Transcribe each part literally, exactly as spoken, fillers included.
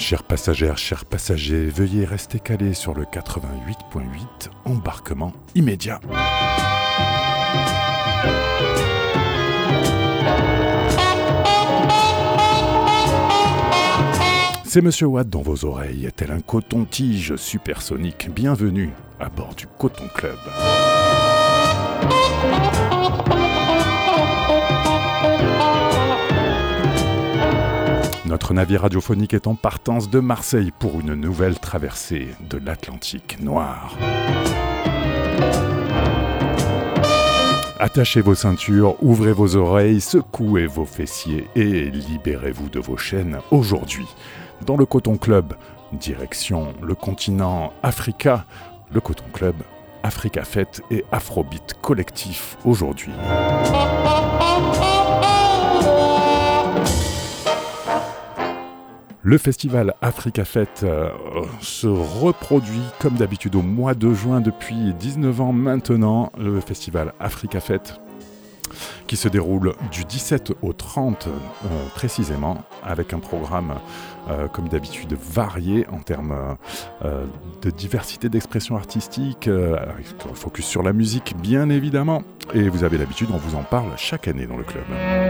Chères passagères, chers passagers, veuillez rester calés sur le quatre-vingt-huit point huit, embarquement immédiat. C'est Monsieur Watt dans vos oreilles, tel un coton-tige supersonique. Bienvenue à bord du Coton Club. Notre navire radiophonique est en partance de Marseille pour une nouvelle traversée de l'Atlantique noir. Attachez vos ceintures, ouvrez vos oreilles, secouez vos fessiers et libérez-vous de vos chaînes aujourd'hui. Dans le Coton Club, direction le continent Africa, le Coton Club, Africa Fête et Afrobeat collectif aujourd'hui. Le festival Africa Fête euh, se reproduit comme d'habitude au mois de juin depuis dix-neuf ans maintenant. Le festival Africa Fête qui se déroule du dix-sept au trente euh, précisément, avec un programme euh, comme d'habitude varié en termes euh, de diversité d'expression artistique, euh, avec un focus sur la musique bien évidemment. Et vous avez l'habitude, on vous en parle chaque année dans le club.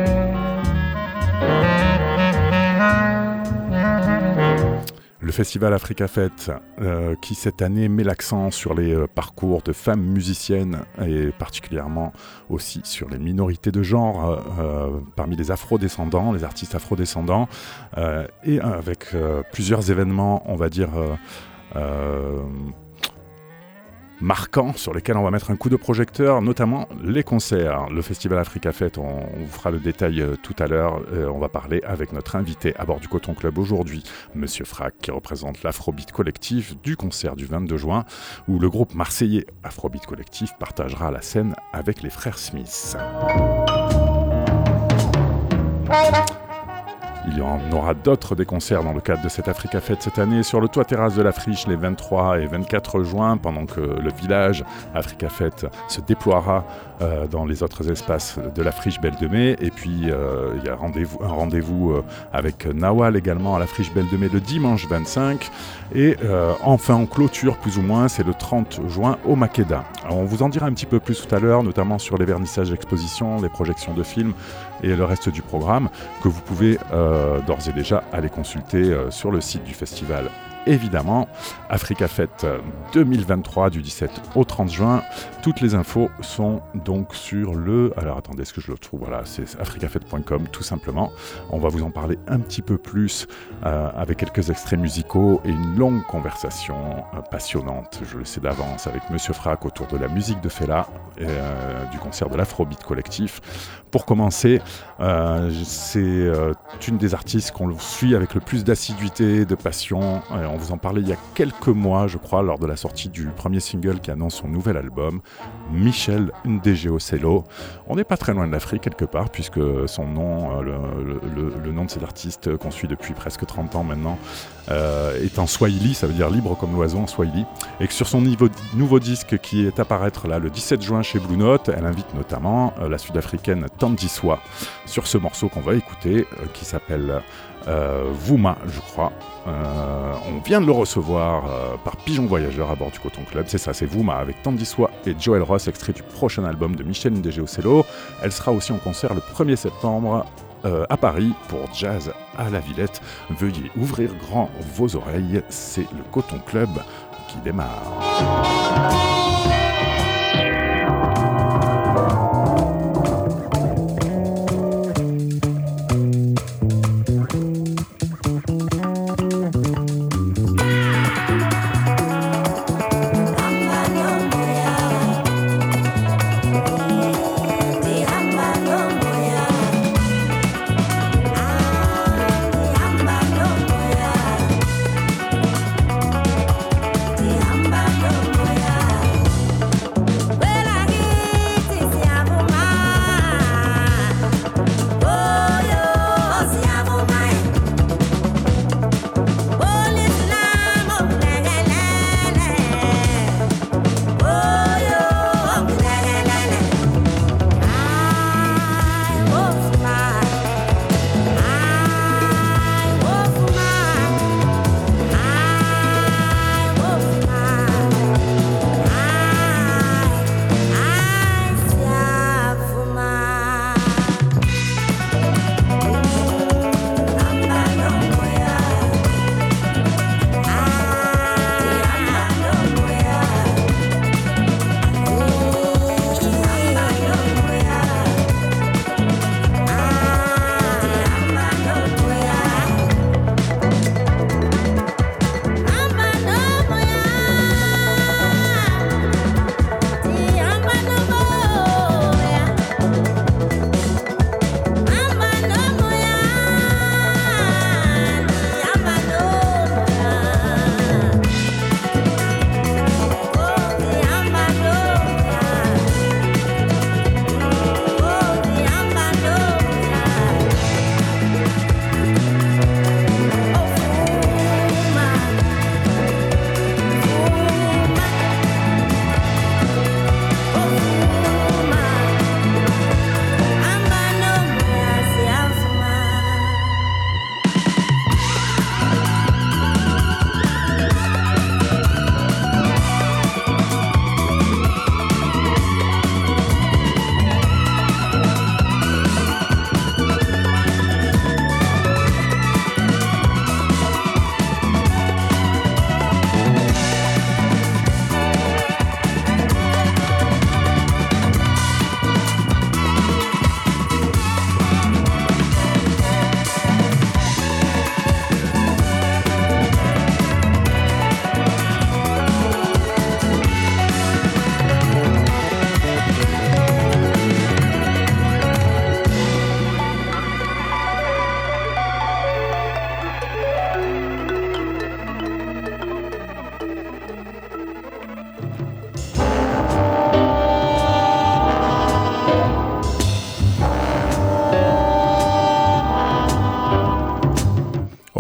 Le festival Africa Fête, euh, qui cette année met l'accent sur les euh, parcours de femmes musiciennes et particulièrement aussi sur les minorités de genre euh, euh, parmi les afrodescendants, les artistes afrodescendants, euh, et avec euh, plusieurs événements, on va dire, euh, euh, marquants sur lesquels on va mettre un coup de projecteur, notamment les concerts. Le festival Africa Fête, on, on vous fera le détail euh, tout à l'heure. Euh, on va parler avec notre invité à bord du Coton Club aujourd'hui, Monsieur Frac, qui représente l'Afrobeat Collectif du concert du vingt-deux juin, où le groupe marseillais Afrobeat Collectif partagera la scène avec les frères Smith. Il y en aura d'autres des concerts dans le cadre de cette Africa Fête cette année sur le toit terrasse de la Friche les vingt-trois et vingt-quatre juin, pendant que le village Africa Fête se déploiera euh, dans les autres espaces de la Friche Belle de Mai. Et puis euh, il y a rendez-vous, un rendez-vous euh, avec Nawal également à la Friche Belle de Mai le dimanche vingt-cinq. Et euh, enfin en clôture plus ou moins, c'est le trente juin au Makeda. Alors, on vous en dira un petit peu plus tout à l'heure, notamment sur les vernissages d'expositions, les projections de films et le reste du programme que vous pouvez euh, d'ores et déjà aller consulter euh, sur le site du festival. Évidemment, Africa Fête deux mille vingt-trois du dix-sept au trente juin. Toutes les infos sont donc sur le... Alors attendez, est-ce que je le trouve ? Voilà, c'est africafête point com tout simplement. On va vous en parler un petit peu plus euh, avec quelques extraits musicaux et une longue conversation euh, passionnante, je le sais d'avance, avec Monsieur Frac autour de la musique de Fela et euh, du concert de l'Afrobeat Collectif. Pour commencer, euh, c'est euh, une des artistes qu'on suit avec le plus d'assiduité, de passion. Et on vous en parlait il y a quelques mois, je crois, lors de la sortie du premier single qui annonce son nouvel album, Michel Ndegeocello. On n'est pas très loin de l'Afrique quelque part, puisque son nom, le, le, le nom de cet artiste qu'on suit depuis presque trente ans maintenant, euh, est en Swahili, ça veut dire libre comme l'oiseau en Swahili. Et que sur son niveau, nouveau disque qui est à paraître là le dix-sept juin chez Blue Note, elle invite notamment euh, la sud-africaine Tandiswa sur ce morceau qu'on va écouter, euh, qui s'appelle euh, Vuma, je crois. Euh, on vient de le recevoir euh, par Pigeon Voyageur à bord du Coton Club. C'est ça, c'est Vuma avec Tandiswa et Joel Ross, extrait du prochain album de Michel Ndegeocello. Elle sera aussi en concert le premier septembre euh, à Paris pour Jazz à la Villette. Veuillez ouvrir grand vos oreilles, c'est le Coton Club qui démarre.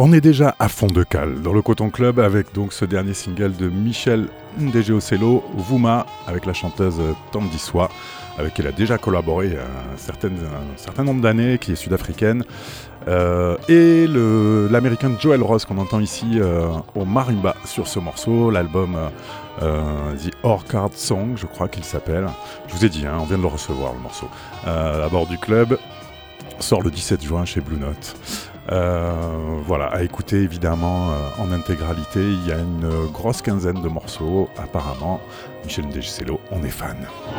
On est déjà à fond de cale dans le Coton Club avec donc ce dernier single de Michel Ndegeocello, Vuma, avec la chanteuse Tandy Swa, avec qui elle a déjà collaboré un certain, un certain nombre d'années, qui est sud-africaine, euh, et le, l'américain Joel Ross qu'on entend ici euh, au marimba sur ce morceau, l'album euh, The Orchard Song, je crois qu'il s'appelle. Je vous ai dit, hein, on vient de le recevoir le morceau, euh, à bord du club, sort le dix-sept juin chez Blue Note. Euh, voilà, à écouter évidemment euh, en intégralité. Il y a une grosse quinzaine de morceaux. Apparemment, Michel Ndegeocello, on est fan.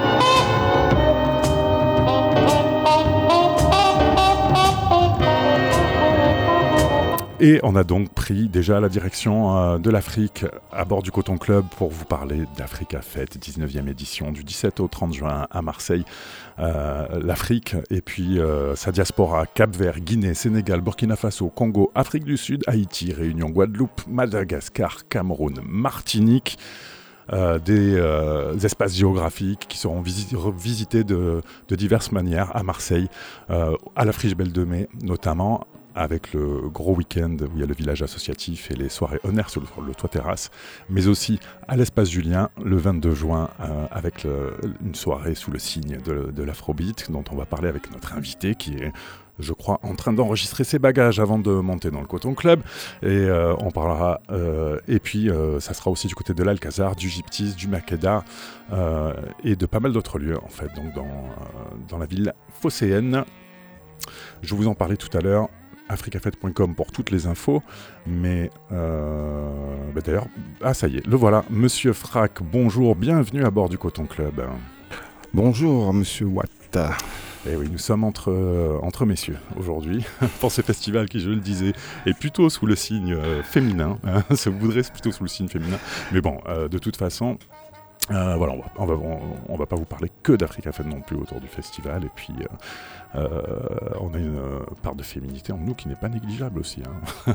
Et on a donc pris déjà la direction euh, de l'Afrique à bord du Coton Club pour vous parler d'Africa Fête, dix-neuvième édition, du dix-sept au trente juin à Marseille. Euh, L'Afrique et puis euh, sa diaspora, Cap-Vert, Guinée, Sénégal, Burkina Faso, Congo, Afrique du Sud, Haïti, Réunion, Guadeloupe, Madagascar, Cameroun, Martinique. Euh, des, euh, des espaces géographiques qui seront visi- revisités de, de diverses manières à Marseille, euh, à la Friche Belle de Mai notamment, avec le gros week-end où il y a le village associatif et les soirées on air sur le, le toit terrasse, mais aussi à l'espace Julien le vingt-deux juin euh, avec le, une soirée sous le signe de, de l'Afrobeat dont on va parler avec notre invité qui est, je crois, en train d'enregistrer ses bagages avant de monter dans le Coton Club. Et euh, on parlera. Euh, et puis, euh, ça sera aussi du côté de l'Alcazar, du Gyptis, du Makeda euh, et de pas mal d'autres lieux, en fait, donc dans, euh, dans la ville phocéenne. Je vous en parlais tout à l'heure. africafête point com pour toutes les infos, mais euh, bah d'ailleurs, ah ça y est, le voilà, Monsieur Frac, bonjour, bienvenue à bord du Coton Club. Bonjour, Monsieur Watt. Et oui, nous sommes entre, euh, entre messieurs aujourd'hui, pour ce festival qui, je le disais, est plutôt sous le signe euh, féminin, hein, ça voudrait plutôt sous le signe féminin, mais bon, euh, de toute façon, Euh, voilà, on va, on, va, on, on va pas vous parler que d'Africa Fête non plus autour du festival, et puis euh, euh, on a une euh, part de féminité en nous qui n'est pas négligeable aussi. Hein.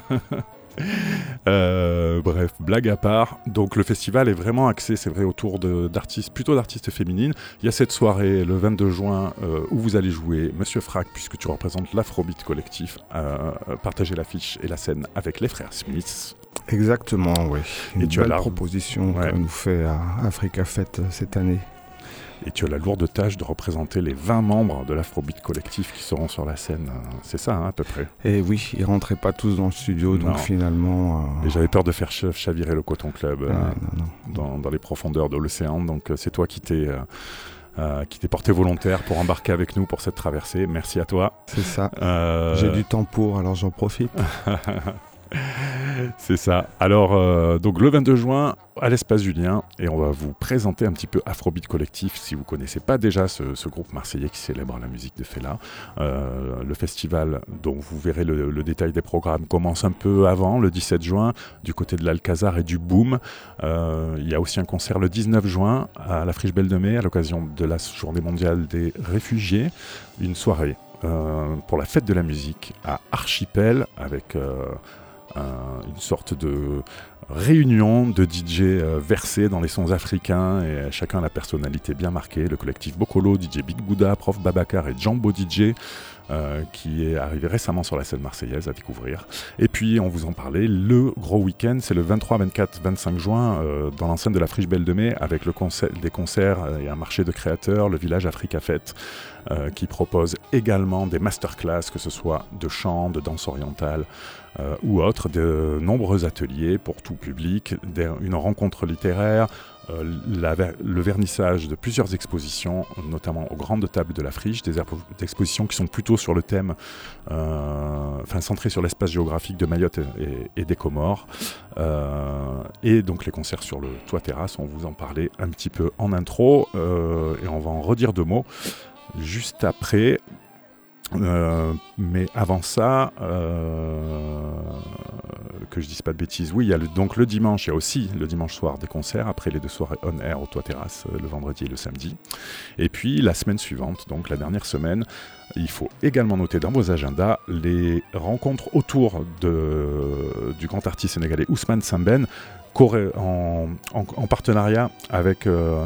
euh, bref, blague à part, donc le festival est vraiment axé, c'est vrai, autour de, d'artistes, plutôt d'artistes féminines. Il y a cette soirée le vingt-deux juin euh, où vous allez jouer Monsieur Frac, puisque tu représentes l'Afrobeat collectif, euh, partager l'affiche et la scène avec les frères Smith. Exactement, oui. Une et tu belle as la proposition ouais. qu'on nous fait à Africa Fête cette année. Et tu as la lourde tâche de représenter les vingt membres de l'Afrobeat collectif qui seront sur la scène. C'est ça, hein, à peu près. Et oui, ils ne rentraient pas tous dans le studio, non. donc finalement... Euh... Et j'avais peur de faire ch- chavirer le Coton Club euh, ah, non, non. Dans, dans les profondeurs de l'océan. Donc c'est toi qui t'es... Euh, Euh, qui t'es porté volontaire pour embarquer avec nous pour cette traversée. Merci à toi. C'est ça. Euh... J'ai du temps pour, alors j'en profite. C'est ça. Alors, euh, donc le vingt-deux juin, à l'espace Julien, et on va vous présenter un petit peu Afrobeat Collectif, si vous ne connaissez pas déjà ce, ce groupe marseillais qui célèbre la musique de Fela. Euh, le festival, dont vous verrez le, le détail des programmes, commence un peu avant, le dix-sept juin, du côté de l'Alcazar et du Boom. Euh, il y a aussi un concert le dix-neuf juin, à la Friche Belle de Mai, à l'occasion de la Journée mondiale des réfugiés. Une soirée euh, pour la fête de la musique à Archipel, avec... Euh, Euh, une sorte de réunion de D J euh, versés dans les sons africains et chacun a la personnalité bien marquée. Le collectif Bokolo, D J Big Bouddha, Prof Babacar et Jambo D J euh, qui est arrivé récemment sur la scène marseillaise à découvrir. Et puis on vous en parlait, le gros week-end c'est le vingt-trois, vingt-quatre, vingt-cinq juin euh, dans l'enceinte de la Friche Belle de Mai avec le concert, des concerts et un marché de créateurs, le village Africa Fête euh, qui propose également des masterclass, que ce soit de chant, de danse orientale Euh, ou autres, de nombreux ateliers pour tout public, des, une rencontre littéraire, euh, la, le vernissage de plusieurs expositions, notamment aux grandes tables de la Friche, des, des expositions qui sont plutôt sur le thème, euh, enfin centrées sur l'espace géographique de Mayotte et, et, et des Comores, euh, et donc les concerts sur le toit terrasse, on vous en parlait un petit peu en intro, euh, et on va en redire deux mots juste après. Euh, mais avant ça, euh, que je dise pas de bêtises, oui, il y a le, donc le dimanche, il y a aussi le dimanche soir des concerts, après les deux soirées on air au toit terrasse, le vendredi et le samedi. Et puis la semaine suivante, donc la dernière semaine, il faut également noter dans vos agendas les rencontres autour de, du grand artiste sénégalais Ousmane Sembène, en, en, en partenariat avec... Euh,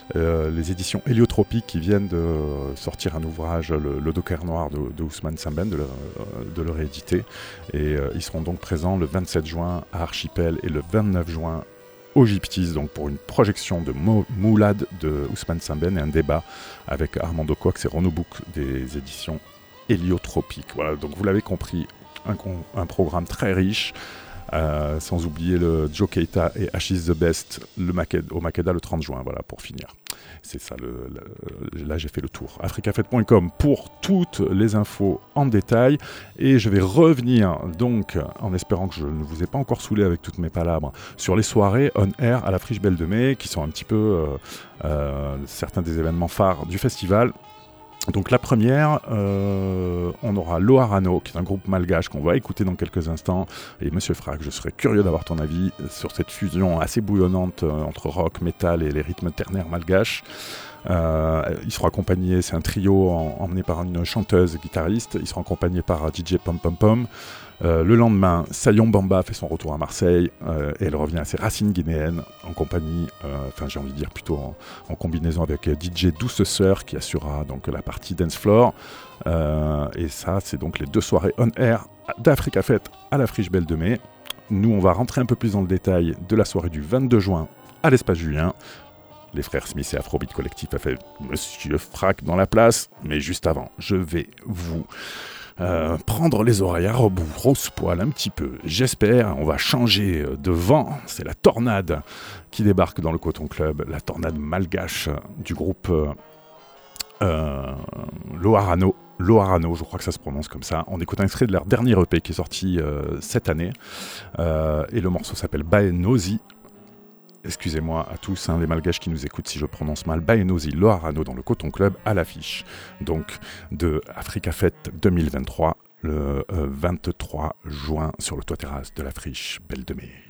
euh, les éditions Héliotropique qui viennent de sortir un ouvrage, le, le Docker Noir de, de Ousmane Samben, de le, de le rééditer. Et euh, ils seront donc présents le vingt-sept juin à Archipel et le vingt-neuf juin au Gypties, donc pour une projection de Mo- Moulad de Ousmane Samben et un débat avec Armando Coax et Renaud Bouc des éditions Héliotropique. Voilà, donc vous l'avez compris, un, con- un programme très riche, euh, sans oublier le Joe Keita et H is the Best le Makeda, au Makeda le trente juin, voilà, pour finir. C'est ça, le, le, là j'ai fait le tour. africafête point com pour toutes les infos en détail. Et je vais revenir donc, en espérant que je ne vous ai pas encore saoulé avec toutes mes palabres, sur les soirées on-air à la Friche Belle de Mai, qui sont un petit peu euh, euh, certains des événements phares du festival. Donc la première, euh, on aura Loharano, qui est un groupe malgache qu'on va écouter dans quelques instants. Et Monsieur Frac, je serais curieux d'avoir ton avis sur cette fusion assez bouillonnante euh, entre rock, métal et les rythmes ternaires malgaches. Euh, ils seront accompagnés, c'est un trio en, emmené par une chanteuse guitariste. Ils seront accompagnés par D J Pom Pom Pom. Euh, le lendemain, Sayon Bamba fait son retour à Marseille euh, et elle revient à ses racines guinéennes en compagnie, enfin euh, j'ai envie de dire plutôt en, en combinaison avec D J Douce Sœur qui assurera donc la partie dance floor. Euh, et ça, c'est donc les deux soirées on air d'Africa Fête à la Friche Belle de Mai. Nous, on va rentrer un peu plus dans le détail de la soirée du vingt-deux juin à l'Espace Julien. Les frères Smith et Afrobeat Collectif a fait Monsieur Frac dans la place, mais juste avant, je vais vous Euh, prendre les oreilles à rebrousse-poil un petit peu, j'espère. On va changer de vent, c'est la tornade qui débarque dans le Coton Club, la tornade malgache du groupe euh, euh, Loharano, Loharano, je crois que ça se prononce comme ça. On écoute un extrait de leur dernier E P qui est sorti euh, cette année, euh, et le morceau s'appelle Baenosi. Excusez-moi à tous, hein, les malgaches qui nous écoutent si je prononce mal. Baenosi Loharano dans le Coton Club à l'affiche donc de Africa Fête deux mille vingt-trois, le euh, vingt-trois juin sur le toit terrasse de la Friche Belle de Mai.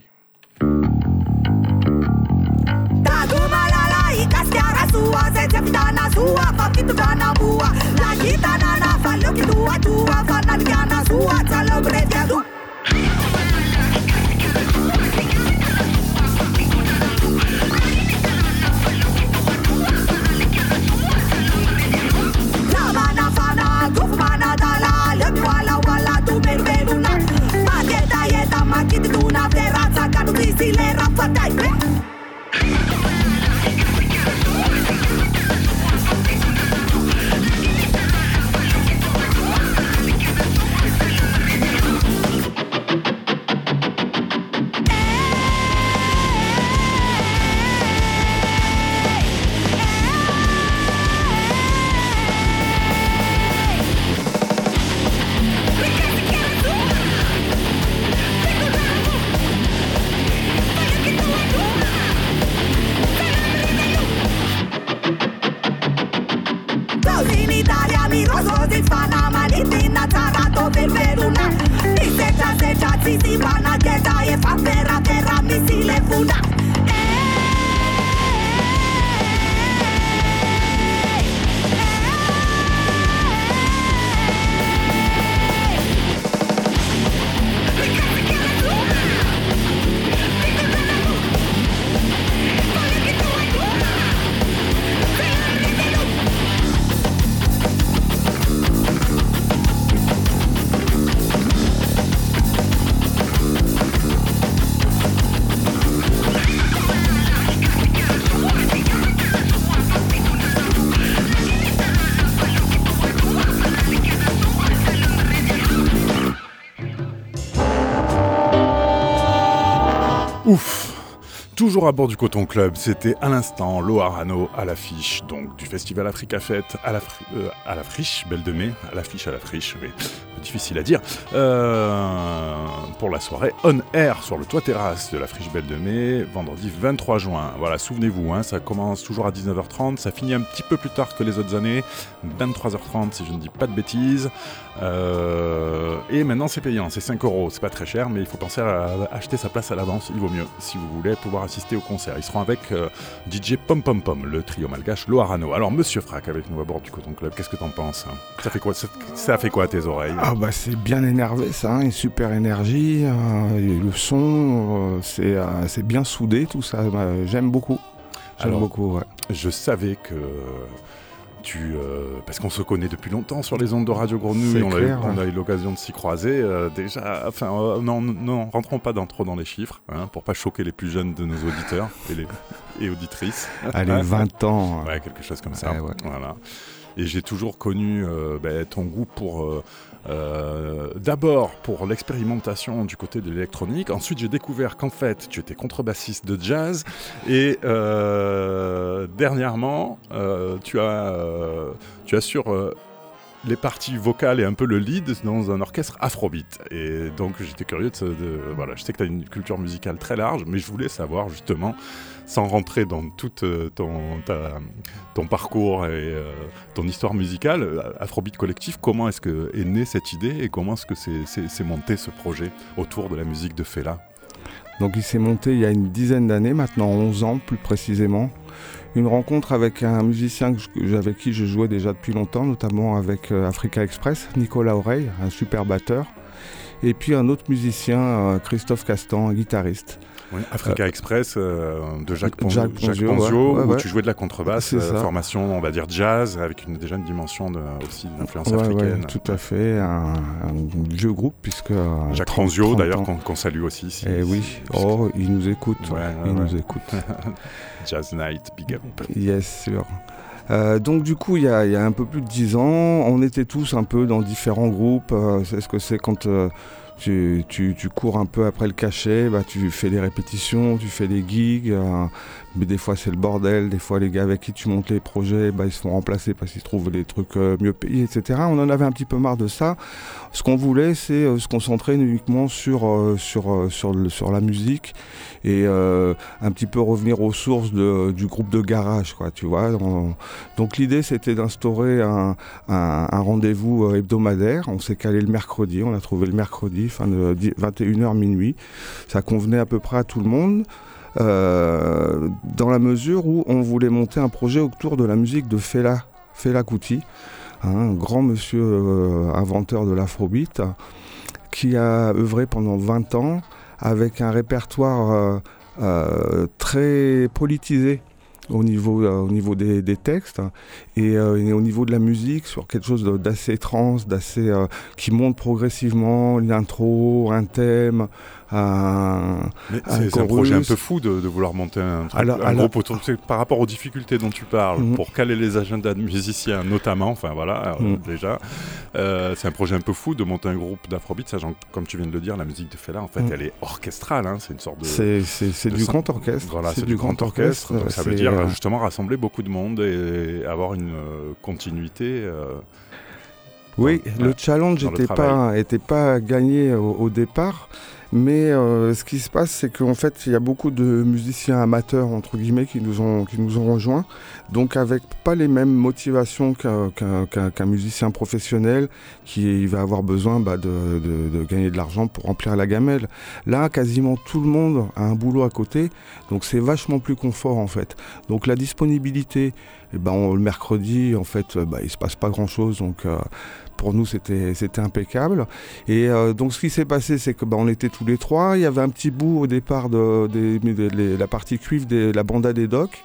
Ouf! Toujours à bord du Coton Club, c'était à l'instant Loharano à l'affiche donc du festival Africa Fête à la, fri- euh, à la Friche Belle de Mai, à l'affiche à la Friche, oui, difficile à dire, euh, pour la soirée on air sur le toit terrasse de la Friche Belle de Mai, vendredi vingt-trois juin. Voilà, souvenez-vous, hein, ça commence toujours à dix-neuf heures trente, ça finit un petit peu plus tard que les autres années, vingt-trois heures trente si je ne dis pas de bêtises. Euh, et maintenant c'est payant, c'est cinq euros, c'est pas très cher, mais il faut penser à acheter sa place à l'avance, il vaut mieux si vous voulez pouvoir assister au concert. Ils seront avec euh, D J Pom Pom Pom, le trio malgache Loharano. Alors Monsieur Frac avec nous à bord du Coton Club, qu'est-ce que t'en penses? Ça fait quoi, ça, ça fait quoi à tes oreilles? Ah bah c'est bien énervé ça, hein, une super énergie, euh, le son, euh, c'est, euh, c'est bien soudé tout ça, bah, j'aime beaucoup. J'aime Alors, beaucoup, ouais. Je savais que tu... Euh, parce qu'on se connaît depuis longtemps sur les ondes de Radio Grenouille, on, clair, a, ouais. on a eu l'occasion de s'y croiser. Euh, déjà, enfin, euh, non, non, rentrons pas dans, trop dans les chiffres, hein, pour pas choquer les plus jeunes de nos auditeurs et, les, et auditrices. Allez, vingt ans. Ouais, quelque chose comme ça. Ouais, ouais. Voilà. Et j'ai toujours connu euh, bah, ton goût pour... Euh, Euh, d'abord pour l'expérimentation du côté de l'électronique. Ensuite, j'ai découvert qu'en fait, tu étais contrebassiste de jazz. Et euh, dernièrement, euh, tu, as, euh, tu assures euh, les parties vocales et un peu le lead dans un orchestre afrobeat. Et donc, j'étais curieux de... de voilà, je sais que tu as une culture musicale très large, mais je voulais savoir justement, sans rentrer dans tout ton, ta, ton parcours et euh, ton histoire musicale, Afrobeat Collectif, comment est-ce que est née cette idée et comment est-ce que c'est, c'est, c'est monté ce projet autour de la musique de Fela? Donc il s'est monté il y a une dizaine d'années, maintenant onze ans plus précisément. Une rencontre avec un musicien avec qui je jouais déjà depuis longtemps, notamment avec Africa Express, Nicolas Oreille, un super batteur. Et puis un autre musicien, Christophe Castan, un guitariste. Oui, Africa euh, Express euh, de Jacques, Pon- Jacques Ponzio, Jacques Ponzio ouais, ouais, où ouais. tu jouais de la contrebasse, euh, formation on va dire jazz, avec une, déjà une dimension de, aussi d'influence ouais, africaine. Ouais, tout à fait, un, un vieux groupe puisque... Jacques Ponzio d'ailleurs qu'on, qu'on salue aussi. Si, Et si, oui, si, oh il nous écoute, ouais, il ouais, nous ouais. écoute. Jazz Night, big up. Yes, sûr. Euh, donc du coup, il y, y a un peu plus de dix ans, on était tous un peu dans différents groupes. Euh, c'est ce que c'est quand euh, tu, tu, tu cours un peu après le cachet, bah, tu fais des répétitions, tu fais des gigs, euh, mais des fois c'est le bordel, des fois les gars avec qui tu montes les projets, bah, ils se font remplacer parce qu'ils trouvent des trucs euh, mieux payés, et cetera. On en avait un petit peu marre de ça. Ce qu'on voulait, c'est euh, se concentrer uniquement sur, euh, sur, euh, sur, le, sur la musique et euh, un petit peu revenir aux sources de, du groupe de garage, quoi, tu vois. On, donc l'idée, c'était d'instaurer un, un, un rendez-vous hebdomadaire. On s'est calé le mercredi, on a trouvé le mercredi, fin de vingt et une heures minuit. Ça convenait à peu près à tout le monde. Euh, dans la mesure où on voulait monter un projet autour de la musique de Fela, Fela Kuti, hein, un grand monsieur euh, inventeur de l'afrobeat, qui a œuvré pendant vingt ans avec un répertoire euh, euh, très politisé au niveau, euh, au niveau des, des textes et, euh, et au niveau de la musique, sur quelque chose de, d'assez trance, d'assez, euh, qui monte progressivement, l'intro, un thème, un, Mais un c'est, c'est un projet un peu fou de, de vouloir monter un, truc, alors, un alors, groupe autour, par rapport aux difficultés dont tu parles, mm-hmm. pour caler les agendas de musiciens notamment, enfin voilà, mm. euh, déjà, euh, c'est un projet un peu fou de monter un groupe d'afrobeat, sachant comme tu viens de le dire, la musique de Fela, en fait, mm. elle est orchestrale, hein, c'est une sorte de... C'est, c'est, c'est de du son... grand orchestre. Voilà, c'est, c'est du grand, grand orchestre, orchestre donc ça veut dire euh... justement rassembler beaucoup de monde et avoir une euh, continuité... Euh, oui, dans, le challenge n'était pas, était pas gagné au, au départ. Mais euh, ce qui se passe, c'est qu'en fait, il y a beaucoup de musiciens amateurs, entre guillemets, qui nous ont, qui nous ont rejoints. Donc, avec pas les mêmes motivations qu'un, qu'un, qu'un, qu'un musicien professionnel qui va avoir besoin bah, de, de, de gagner de l'argent pour remplir la gamelle. Là, quasiment tout le monde a un boulot à côté. Donc, c'est vachement plus confort, en fait. Donc, la disponibilité, eh ben, on, le mercredi, en fait, bah, il se passe pas grand-chose. Donc, euh, pour nous, c'était, c'était impeccable. Et euh, donc, ce qui s'est passé, c'est que bah, on était tous les trois. Il y avait un petit bout au départ de, de, de, de, de la partie cuivre de la banda des Docs.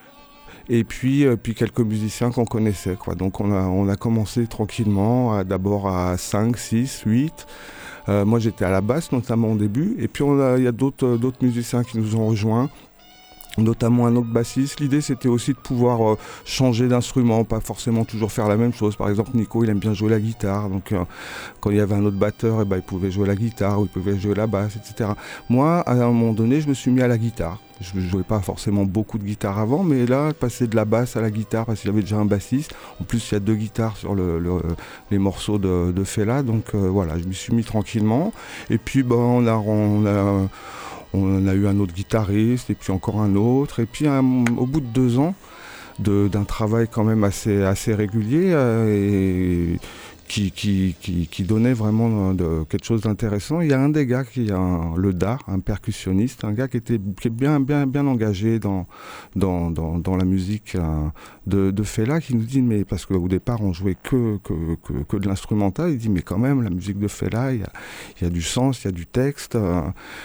Et puis, euh, puis quelques musiciens qu'on connaissait, quoi. Donc, on a, on a commencé tranquillement, à, d'abord à cinq, six, huit. Euh, moi, j'étais à la basse, notamment au début. Et puis, il y a d'autres, d'autres musiciens qui nous ont rejoints, notamment un autre bassiste. L'idée, c'était aussi de pouvoir euh, changer d'instrument, pas forcément toujours faire la même chose. Par exemple, Nico, il aime bien jouer la guitare, donc euh, quand il y avait un autre batteur, eh ben, il pouvait jouer la guitare ou il pouvait jouer la basse, et cetera. Moi, à un moment donné, je me suis mis à la guitare. Je ne jouais pas forcément beaucoup de guitare avant, mais là, passer de la basse à la guitare, parce qu'il y avait déjà un bassiste. En plus, il y a deux guitares sur le, le, les morceaux de, de Fela, donc euh, voilà, je m'y suis mis tranquillement. Et puis, ben, on a... On a On a eu un autre guitariste, et puis encore un autre. Et puis, un, au bout de deux ans, de, d'un travail quand même assez, assez régulier, euh, et qui, qui, qui, qui donnait vraiment de, quelque chose d'intéressant. Il y a un des gars qui a un, le Dar, un percussionniste, un gars qui était qui est bien, bien, bien engagé dans, dans, dans, dans la musique euh, de, de Fela, qui nous dit, mais parce qu'au départ on jouait que, que, que, que de l'instrumental, il dit mais quand même la musique de Fela, il y a, il y a du sens, il y a du texte, euh,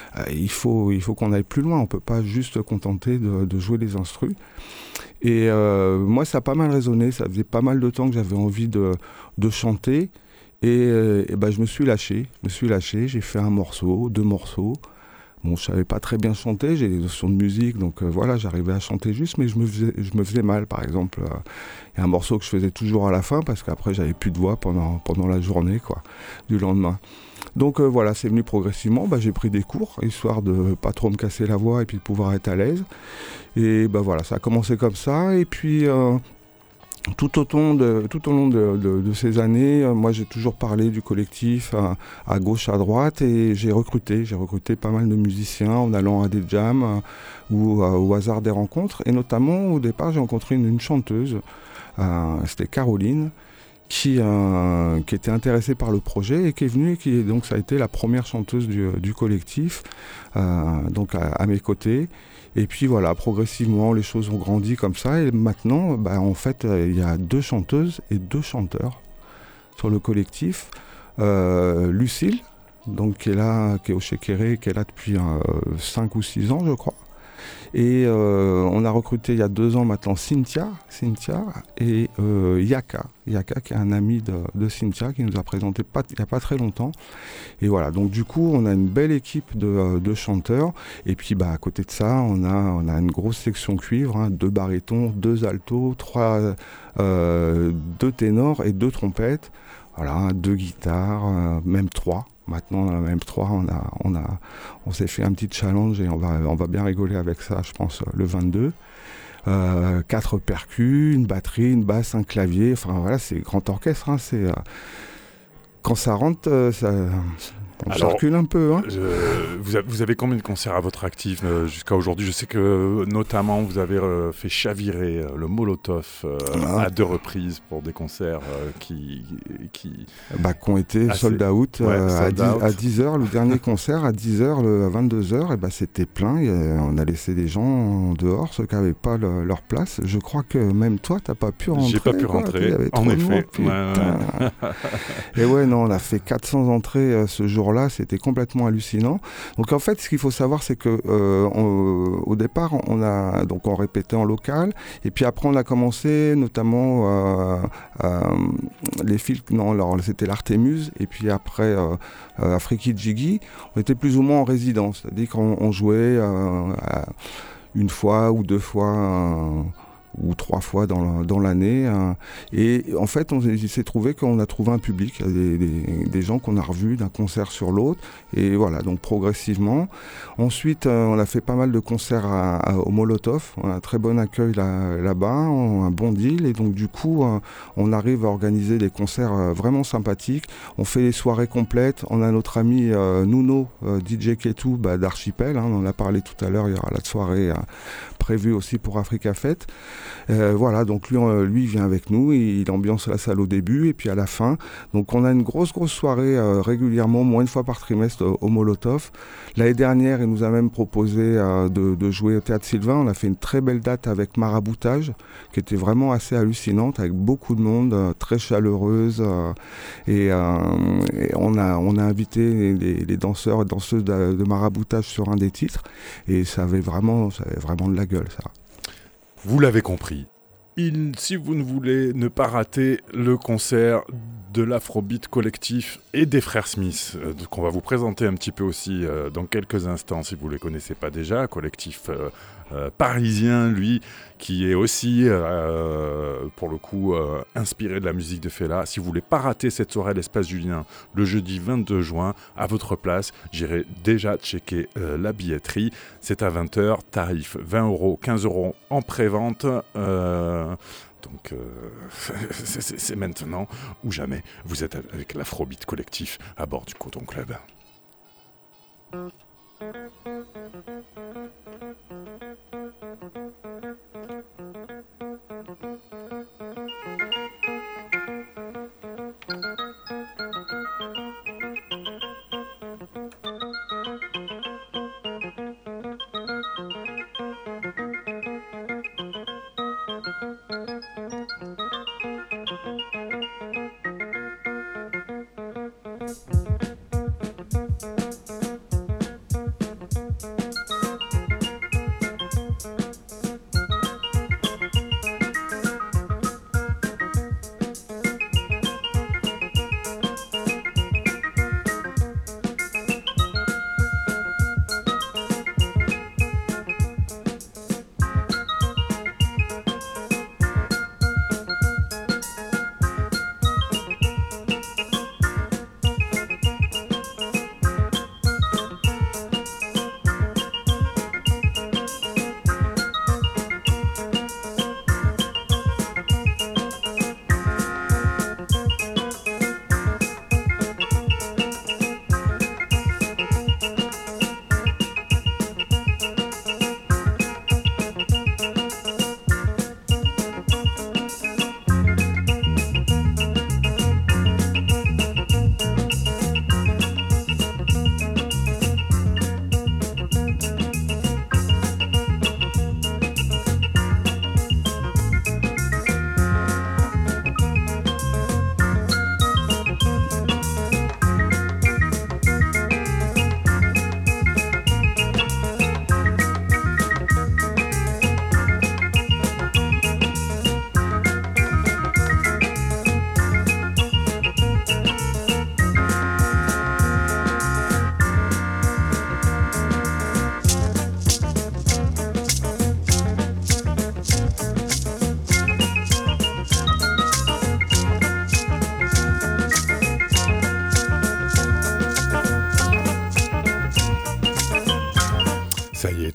il faut, il faut qu'on aille plus loin, on peut pas juste se contenter de, de jouer les instrus. Et euh, moi, ça a pas mal résonné. Ça faisait pas mal de temps que j'avais envie de, de chanter. Et, euh, et ben, je me suis lâché. Je me suis lâché. J'ai fait un morceau, deux morceaux. Bon, je savais pas très bien chanter. J'ai des notions de musique, donc euh, voilà, j'arrivais à chanter juste, mais je me faisais, je me faisais mal. Par exemple, il euh, y a un morceau que je faisais toujours à la fin parce qu'après, j'avais plus de voix pendant pendant la journée, quoi, du lendemain. Donc euh, voilà, c'est venu progressivement. Bah, j'ai pris des cours, histoire de pas trop me casser la voix et puis de pouvoir être à l'aise. Et bah voilà, ça a commencé comme ça. Et puis euh, tout au long de, tout au long de, de, de ces années, euh, moi j'ai toujours parlé du collectif à, à gauche, à droite, et j'ai recruté, j'ai recruté pas mal de musiciens en allant à des jams euh, ou euh, au hasard des rencontres. Et notamment au départ, j'ai rencontré une, une chanteuse, euh, c'était Caroline. Qui, euh, qui était intéressée par le projet et qui est venue, et qui donc ça a été la première chanteuse du, du collectif, euh, donc à, à mes côtés. Et puis voilà, progressivement les choses ont grandi comme ça, et maintenant, bah, en fait, il euh, y a deux chanteuses et deux chanteurs sur le collectif. Euh, Lucille, donc qui est là, qui est au Shekere, qui est là depuis euh, cinq ou six ans, je crois. Et euh, on a recruté il y a deux ans maintenant Cynthia, Cynthia et euh, Yaka, Yaka qui est un ami de, de Cynthia qui nous a présenté pas, il n'y a pas très longtemps. Et voilà, donc du coup on a une belle équipe de, de chanteurs. Et puis bah, à côté de ça, on a, on a une grosse section cuivre, hein, deux barytons, deux altos, trois, euh, deux ténors et deux trompettes. Voilà, deux guitares, euh, même trois. Maintenant, on a même trois, on, a, on, a, on s'est fait un petit challenge et on va, on va bien rigoler avec ça, je pense, le vingt-deux. Euh, quatre percus, une batterie, une basse, un clavier. Enfin voilà, c'est grand orchestre. Hein, c'est, euh, quand ça rentre, euh, ça, on Alors, circule un peu. Hein. Je, vous, avez, vous avez combien de concerts à votre actif euh, jusqu'à aujourd'hui? Je sais que notamment vous avez euh, fait chavirer euh, le Molotov euh, ah. à deux reprises pour des concerts euh, qui, qui... Bah, qui ont été assez... sold out, ouais, euh, sold à, out. à dix heures. Le dernier concert à dix heures, le, à vingt-deux heures, et bah, c'était plein. Et, euh, on a laissé des gens dehors, ceux qui n'avaient pas le, leur place. Je crois que même toi, tu n'as pas pu rentrer. J'ai pas pu quoi, rentrer, en effet. Monde, ouais, ouais. Et ouais, non, on a fait quatre cents entrées euh, ce jour-là. Là, c'était complètement hallucinant. Donc en fait, ce qu'il faut savoir, c'est que euh, on, au départ, on a donc on répétait en local, et puis après on a commencé, notamment euh, euh, les films. Non, alors c'était l'Artémuse, et puis après euh, euh, Afriki Jiggy. On était plus ou moins en résidence, c'est-à-dire qu'on on jouait euh, une fois ou deux fois. Euh, ou trois fois dans, dans l'année. Hein. Et en fait, on s'est trouvé qu'on a trouvé un public, des, des, des gens qu'on a revus d'un concert sur l'autre. Et voilà, donc progressivement. Ensuite, euh, on a fait pas mal de concerts à, à, au Molotov. On a un très bon accueil là, là-bas, on a un bon deal. Et donc, du coup, euh, on arrive à organiser des concerts euh, vraiment sympathiques. On fait des soirées complètes. On a notre ami euh, Nuno, euh, D J Ketou bah, d'Archipel. Hein, on en a parlé tout à l'heure. Il y aura la soirée euh, prévue aussi pour Africa Fête. Euh, voilà, donc lui, euh, lui vient avec nous, il, il ambiance la salle au début et puis à la fin. Donc on a une grosse, grosse soirée euh, régulièrement, moins une fois par trimestre au, au Molotov. L'année dernière, il nous a même proposé euh, de, de jouer au Théâtre Sylvain. On a fait une très belle date avec Maraboutage, qui était vraiment assez hallucinante, avec beaucoup de monde, euh, très chaleureuse. Euh, et, euh, et on, a, on a invité les, les danseurs et danseuses de, de Maraboutage sur un des titres. Et ça avait vraiment, ça avait vraiment de la gueule, ça. Vous l'avez compris, il, si vous ne voulez ne pas rater le concert de l'Afrobeat collectif et des Frères Smith, euh, qu'on va vous présenter un petit peu aussi euh, dans quelques instants si vous ne les connaissez pas déjà, collectif euh, euh, parisien, lui, qui est aussi, euh, pour le coup, euh, inspiré de la musique de Fela. Si vous ne voulez pas rater cette soirée à l'Espace Julien, le jeudi vingt-deux juin, à votre place, j'irai déjà checker euh, la billetterie. C'est à vingt heures, tarif vingt euros, quinze euros en pré-vente. Euh, donc, euh, c'est, c'est, c'est maintenant ou jamais. Vous êtes avec l'Afrobeat collectif à bord du Coton Club.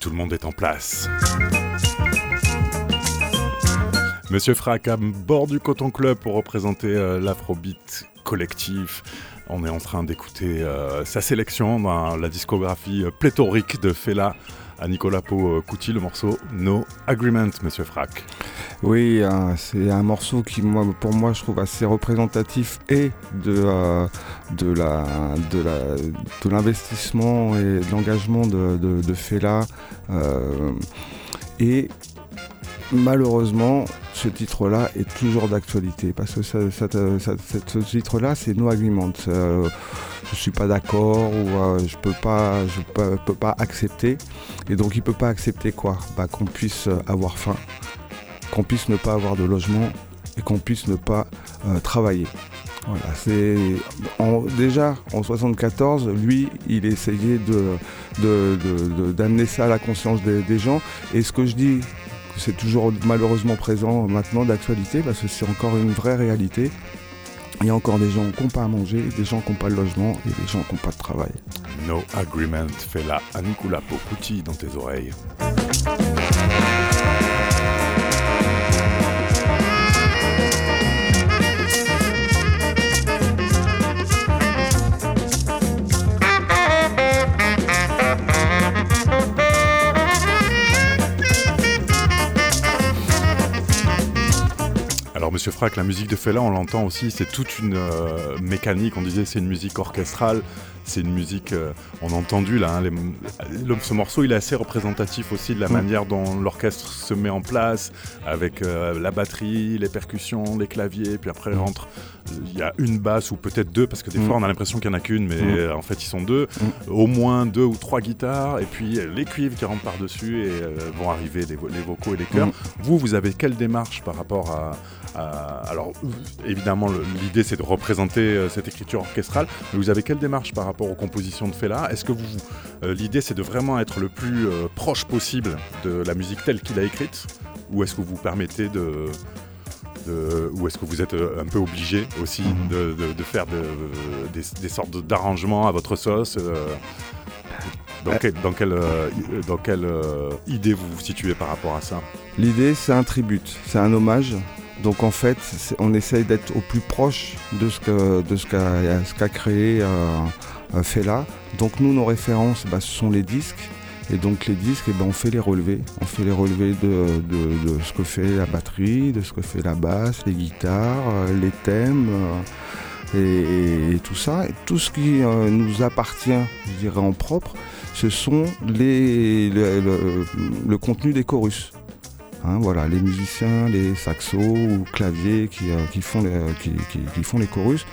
tout le monde est en place. Monsieur Frac à bord du Coton Club pour représenter euh, l'Afrobeat collectif. On est en train d'écouter euh, sa sélection dans la discographie euh, pléthorique de Fela à Nicolas Pau-Couty, le morceau No Agreement, Monsieur Frac. Oui, euh, c'est un morceau qui, moi, pour moi, je trouve assez représentatif et de, euh, de, la, de, la, de l'investissement et de l'engagement de, de, de Fela. Euh, et malheureusement, ce titre-là est toujours d'actualité parce que ça, ça, ça, ce titre-là, c'est No Agreement. Euh, je suis pas d'accord ou euh, je peux pas, je peux, peux pas accepter. Et donc, il peut pas accepter quoi ? Bah, qu'on puisse avoir faim, qu'on puisse ne pas avoir de logement et qu'on puisse ne pas euh, travailler. Voilà, c'est en, déjà en soixante-quatorze, lui, il essayait de, de, de, de, d'amener ça à la conscience des, des gens. Et ce que je dis, c'est toujours malheureusement présent maintenant d'actualité parce que c'est encore une vraie réalité. Il y a encore des gens qui n'ont pas à manger, des gens qui n'ont pas de logement et des gens qui n'ont pas de travail. No Agreement, Fela à Nicolas Pau-Couty dans tes oreilles. Alors Monsieur Frac, la musique de Fela, on l'entend aussi, c'est toute une euh, mécanique, on disait c'est une musique orchestrale, c'est une musique, euh, on a entendu là, hein, les, le, ce morceau il est assez représentatif aussi de la mmh. manière dont l'orchestre se met en place, avec euh, la batterie, les percussions, les claviers, puis après rentre, il y a une basse ou peut-être deux, parce que des mmh. fois on a l'impression qu'il n'y en a qu'une, mais mmh. euh, en fait ils sont deux, mmh. au moins deux ou trois guitares, et puis euh, les cuivres qui rentrent par-dessus et euh, vont arriver les, les vocaux et les chœurs. Mmh. Vous, vous avez quelle démarche par rapport à... à alors évidemment le, l'idée c'est de représenter euh, cette écriture orchestrale, mais vous avez quelle démarche par rapport aux compositions de Fela ? Est-ce que vous, euh, l'idée c'est de vraiment être le plus euh, proche possible de la musique telle qu'il a écrite, ou est-ce que vous vous permettez de, de ou est-ce que vous êtes euh, un peu obligé aussi mmh. de, de, de faire de, de, des, des sortes d'arrangements à votre sauce euh, dans, euh, quel, dans quelle, euh, dans quelle euh, idée vous vous situez par rapport à ça ? L'idée c'est un tribute, c'est un hommage. Donc en fait, on essaye d'être au plus proche de ce, que, de ce, qu'a, ce qu'a créé euh, Fela. Donc nous, nos références, bah, ce sont les disques. Et donc les disques, eh ben, on fait les relevés. On fait les relevés de, de, de ce que fait la batterie, de ce que fait la basse, les guitares, euh, les thèmes euh, et, et, et tout ça. Et tout ce qui euh, nous appartient, je dirais en propre, ce sont les, le, le, le contenu des chorus. Hein, voilà, les musiciens, les saxos ou claviers qui, euh, qui, font les, qui, qui, qui font les chorus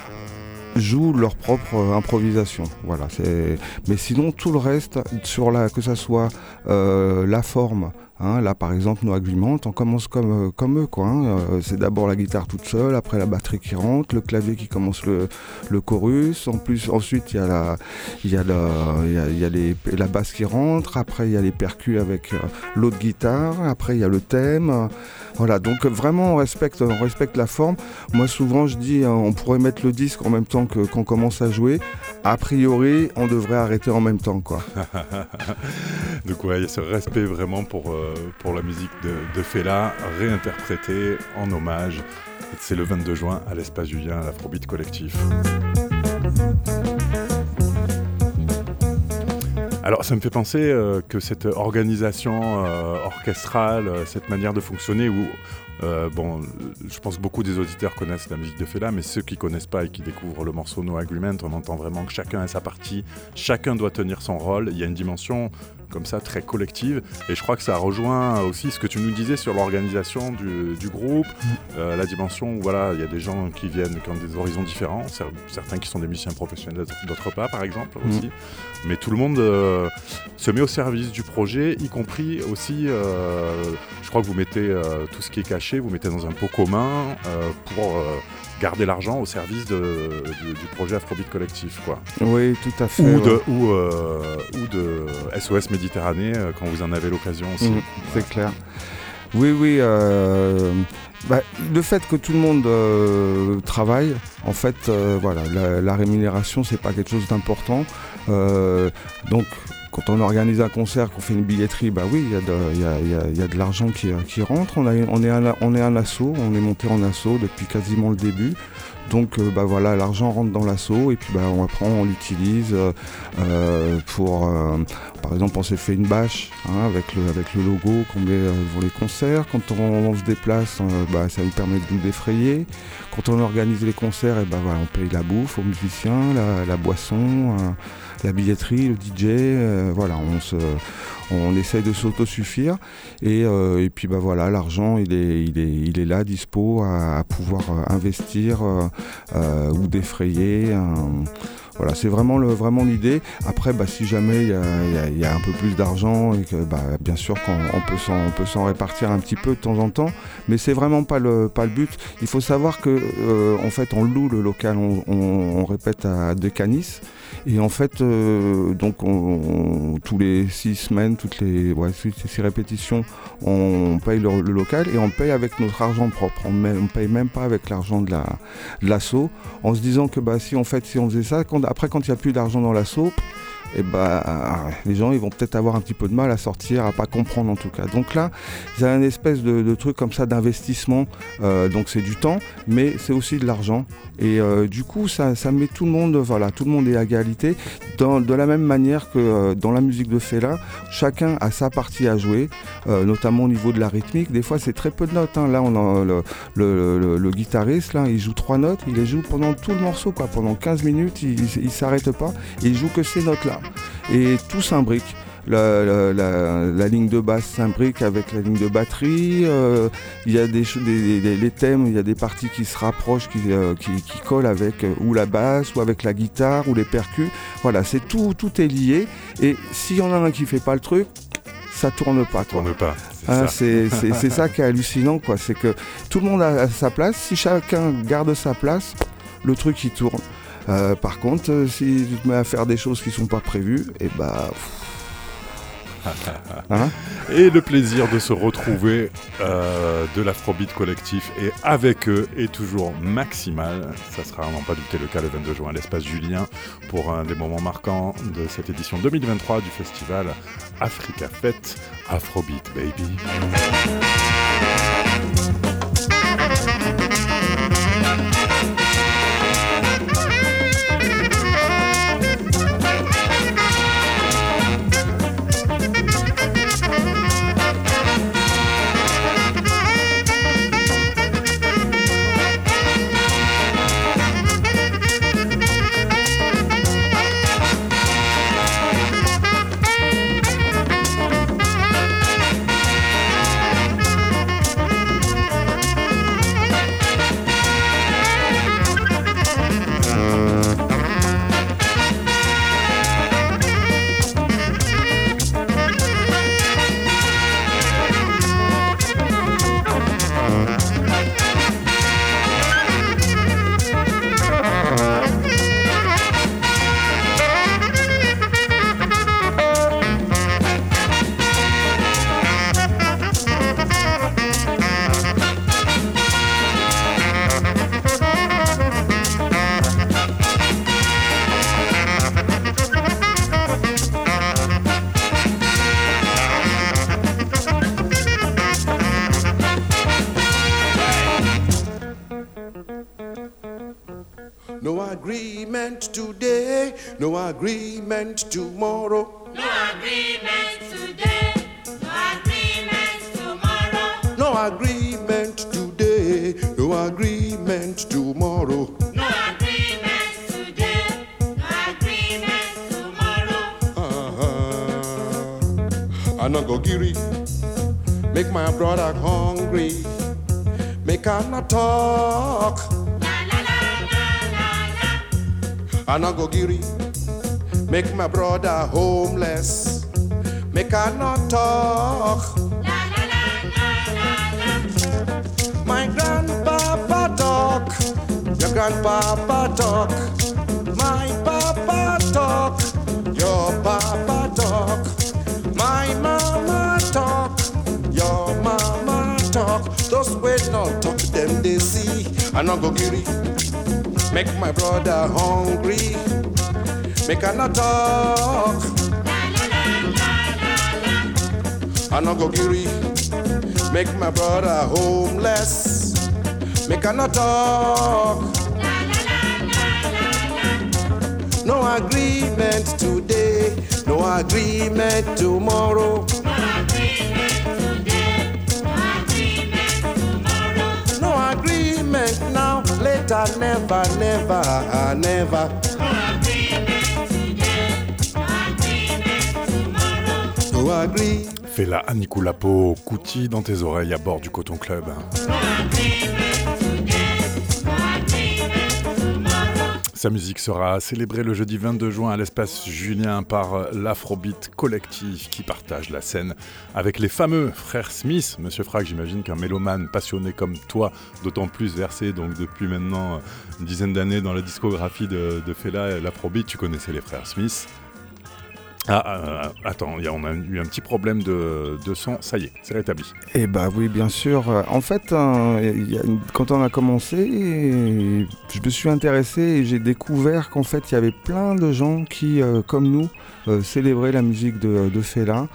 jouent leur propre euh, improvisation. Voilà, c'est... Mais sinon, tout le reste, sur la, que ce soit euh, la forme, hein, là par exemple, No Agreement, on commence comme, euh, comme eux. Quoi, hein. euh, c'est d'abord la guitare toute seule, après la batterie qui rentre, le clavier qui commence le, le chorus. En plus, ensuite, il y a, la, y a, la, y a, y a les, la basse qui rentre, après il y a les percus avec euh, l'autre guitare, après il y a le thème. Euh, voilà, donc vraiment on respecte, on respecte la forme. Moi souvent je dis, euh, on pourrait mettre le disque en même temps que, qu'on commence à jouer. A priori, on devrait arrêter en même temps, quoi. Donc ouais, il y a ce respect vraiment pour, euh, pour la musique de, de Fela, réinterprétée en hommage. C'est le vingt-deux juin à l'Espace Julien, à l'Afrobeat Collectif. Alors ça me fait penser euh, que cette organisation euh, orchestrale, euh, cette manière de fonctionner où, euh, bon, je pense que beaucoup des auditeurs connaissent la musique de Fela, mais ceux qui ne connaissent pas et qui découvrent le morceau No Agreement, on entend vraiment que chacun a sa partie, chacun doit tenir son rôle, il y a une dimension comme ça très collective, et je crois que ça rejoint aussi ce que tu nous disais sur l'organisation du, du groupe, euh, la dimension où voilà, il y a des gens qui viennent, qui ont des horizons différents, certains qui sont des musiciens professionnels, d'autres pas par exemple aussi, mmh. mais tout le monde euh, se met au service du projet, y compris aussi, euh, je crois que vous mettez euh, tout ce qui est caché, vous mettez dans un pot commun euh, pour euh, garder l'argent au service de, de, du projet Afrobeat Collectif, quoi. Oui, tout à fait. Ou, ouais. de, ou, euh, ou de S O S Méditerranée, euh, quand vous en avez l'occasion aussi. Mmh, c'est ouais. clair. Oui, oui. Euh, bah, le fait que tout le monde euh, travaille, en fait, euh, voilà, la, la rémunération, c'est pas quelque chose d'important. Euh, donc, quand on organise un concert, qu'on fait une billetterie, bah oui, il y a de, y a, y a, y a de l'argent qui, qui rentre. On, a, on, est un, on est un asso, on est monté en asso depuis quasiment le début. Donc euh, bah voilà, l'argent rentre dans l'asso et puis bah, on, après on l'utilise euh, pour, euh, par exemple on s'est fait une bâche hein, avec, le, avec le logo qu'on met euh, devant les concerts. Quand on, on se déplace, euh, bah, ça nous permet de nous défrayer. Quand on organise les concerts, et bah, voilà, on paye la bouffe aux musiciens, la, la boisson, euh, la billetterie, le D J. Euh, voilà, on se... On essaye de s'autosuffire et, euh, et puis bah voilà, l'argent il est, il est, il est là, dispo à, à pouvoir investir euh, euh, ou défrayer. Euh, voilà, c'est vraiment, le, vraiment l'idée. Après, bah, si jamais il y a, y, y a un peu plus d'argent, et que, bah, bien sûr qu'on on peut, s'en, on peut s'en répartir un petit peu de temps en temps, mais c'est vraiment pas le, pas le but. Il faut savoir que euh, en fait, on loue le local, on, on, on répète à Decanis. Et en fait, euh, donc on, on, tous les six semaines, toutes les ouais, six, six répétitions, on paye le, le local et on paye avec notre argent propre. On ne paye même pas avec l'argent de, la, de l'asso, en se disant que bah, si, en fait, si on faisait ça, quand, après quand il n'y a plus d'argent dans l'asso, et bah, les gens ils vont peut-être avoir un petit peu de mal à sortir, à pas comprendre en tout cas. Donc là, il y a une espèce de, de truc comme ça d'investissement, euh, donc c'est du temps, mais c'est aussi de l'argent. Et euh, du coup, ça, ça met tout le monde, voilà, tout le monde est à égalité, dans, de la même manière que euh, dans la musique de Fela, chacun a sa partie à jouer, euh, notamment au niveau de la rythmique. Des fois, c'est très peu de notes. Hein. Là, on a le, le, le, le guitariste, là, il joue trois notes, il les joue pendant tout le morceau, quoi. Pendant quinze minutes, il, il, il s'arrête pas, il joue que ces notes-là. Et tout s'imbrique. La, la, la, la ligne de basse s'imbrique avec la ligne de batterie. Il euh, y a des, des, des les thèmes, il y a des parties qui se rapprochent, qui, euh, qui, qui collent avec euh, ou la basse, ou avec la guitare, ou les percus. Voilà, c'est tout, tout est lié. Et s'il y en a un qui fait pas le truc, ça tourne pas. Ça tourne pas. C'est, hein, ça. C'est, c'est, c'est ça qui est hallucinant, quoi. C'est que tout le monde a sa place. Si chacun garde sa place, le truc il tourne. Euh, par contre, euh, si tu te mets à faire des choses qui sont pas prévues, et bah. Hein et le plaisir de se retrouver euh, de l'Afrobeat collectif et avec eux est toujours maximal. Ça sera à n'en pas douter le cas le vingt-deux juin à l'espace Julien pour un des moments marquants de cette édition deux mille vingt-trois du festival Africa Fête Afrobeat Baby. No agreement today, no agreement tomorrow. No agreement today, no agreement tomorrow. No agreement today, no agreement tomorrow. No agreement today, no agreement tomorrow. Uh-huh. I no go giri, make my brother hungry, make her not talk. I no go giri, make my brother homeless, make her not talk. La, la, la, la, la, la. My grandpapa talk, your grandpapa talk, my papa talk, your papa talk, my mama talk, your mama talk. Those words not talk them they see. I no go giri. Make my brother hungry, make her not talk. La, la, la, I no go gree. Make my brother homeless. Make I not talk. No agreement today, no agreement tomorrow. No agreement today, no agreement tomorrow. No agreement now, later, never, never, uh, never. No agreement today, no agreement tomorrow. No agree. Fela Anikulapo, Kuti dans tes oreilles à bord du Coton Club. No agreement today, no agreement tomorrow. Sa musique sera célébrée le jeudi vingt-deux juin à l'espace Julien par l'Afrobeat Collectif qui partage la scène avec les fameux frères Smith. Monsieur Frag, j'imagine qu'un mélomane passionné comme toi, d'autant plus versé donc depuis maintenant une dizaine d'années dans la discographie de, de Fela et l'Afrobeat, tu connaissais les frères Smith. Ah, euh, attends, y a, on a eu un petit problème de, de son, ça y est, c'est rétabli. Eh bah oui, bien sûr. En fait, euh, y a une- quand on a commencé, je me suis intéressé et j'ai découvert qu'en fait, il y avait plein de gens qui, euh, comme nous, euh, célébraient la musique de, de Fela,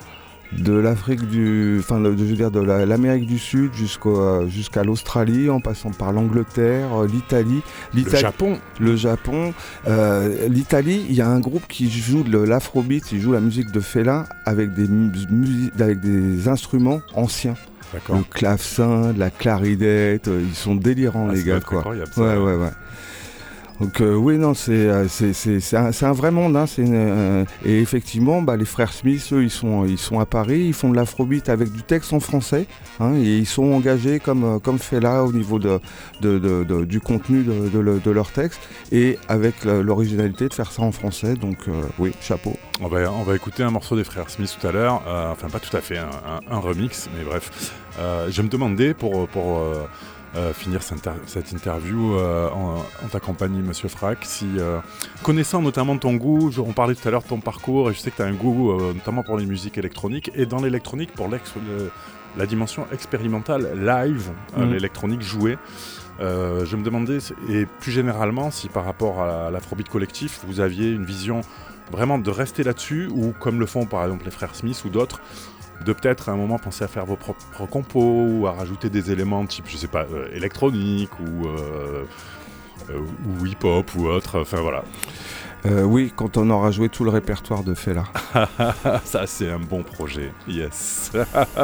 de l'Afrique du, enfin, de, je veux dire, de la- l'Amérique du Sud jusqu'au, euh, jusqu'à l'Australie, en passant par l'Angleterre, euh, l'Italie, Le l'Italie. Japon, Le Japon, euh, l'Italie, il y a un groupe qui joue de l'afrobeat, il joue la musique de Fela avec des, mu- musi- avec des instruments anciens. d'accord. Le clavecin, de la clarinette, euh, ils sont délirants Ah, les ça gars doit être quoi. incroyable, ça. Ouais ouais ouais. Donc euh, oui non c'est euh, c'est c'est c'est un, c'est un vrai monde hein, c'est une, euh, et effectivement bah, les frères Smith eux ils sont ils sont à Paris, ils font de l'afrobeat avec du texte en français hein, et ils sont engagés comme euh, comme Fela au niveau de, de, de, de- du contenu de, de, le- de leur texte et avec la- l'originalité de faire ça en français donc euh, oui chapeau. On va, on va écouter un morceau des frères Smith tout à l'heure, euh, enfin pas tout à fait, un, un- un remix, mais bref. Euh, je me demandais, pour, pour euh, euh, finir cette, inter- cette interview euh, en, en ta compagnie, Monsieur Frac, si, euh, connaissant notamment ton goût, je- on parlait tout à l'heure de ton parcours, et je sais que tu as un goût euh, notamment pour les musiques électroniques, et dans l'électronique, pour l'ex- le- la dimension expérimentale, live, euh, Mhm. l'électronique jouée. Euh, je me demandais, et plus généralement, si par rapport à l'Afrobeat collectif, vous aviez une vision vraiment de rester là-dessus, ou comme le font par exemple les frères Smith ou d'autres, de peut-être à un moment penser à faire vos propres compos, ou à rajouter des éléments type, je sais pas, euh, électronique, ou, euh, euh, ou hip-hop, ou autre, enfin voilà. Euh, oui quand on aura joué tout le répertoire de Fela. Ça c'est un bon projet, yes.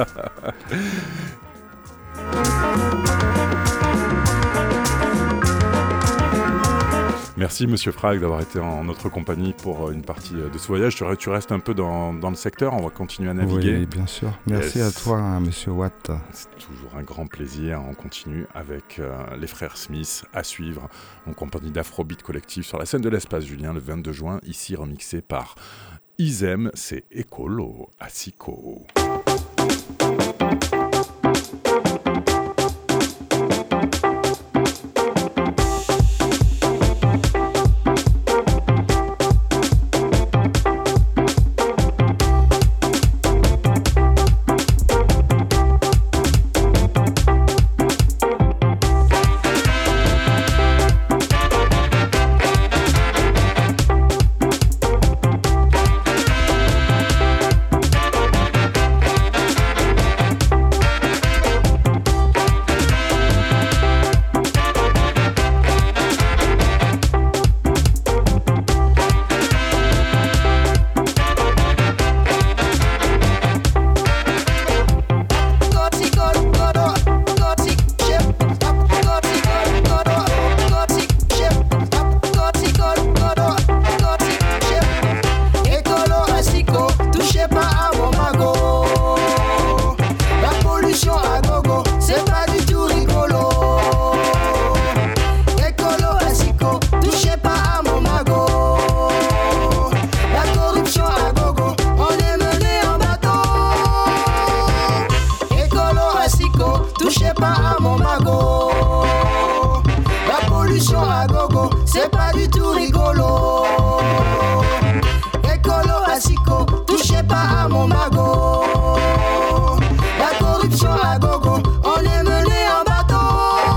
Merci Monsieur Frag d'avoir été en notre compagnie pour une partie de ce voyage. Tu, tu restes un peu dans, dans le secteur, on va continuer à naviguer. Oui bien sûr. Merci Yes. à toi hein, Monsieur Watt. C'est toujours un grand plaisir. On continue avec euh, les frères Smith à suivre en compagnie d'Afrobeat Collectif sur la scène de l'Espace Julien le vingt-deux juin, ici remixé par Izem, c'est Ekolo Asiko. Touchez pas à mon magot. La pollution à gogo, c'est pas du tout rigolo. Écolo asiko, touchez pas à mon magot. La corruption à gogo, on est mené en bateau.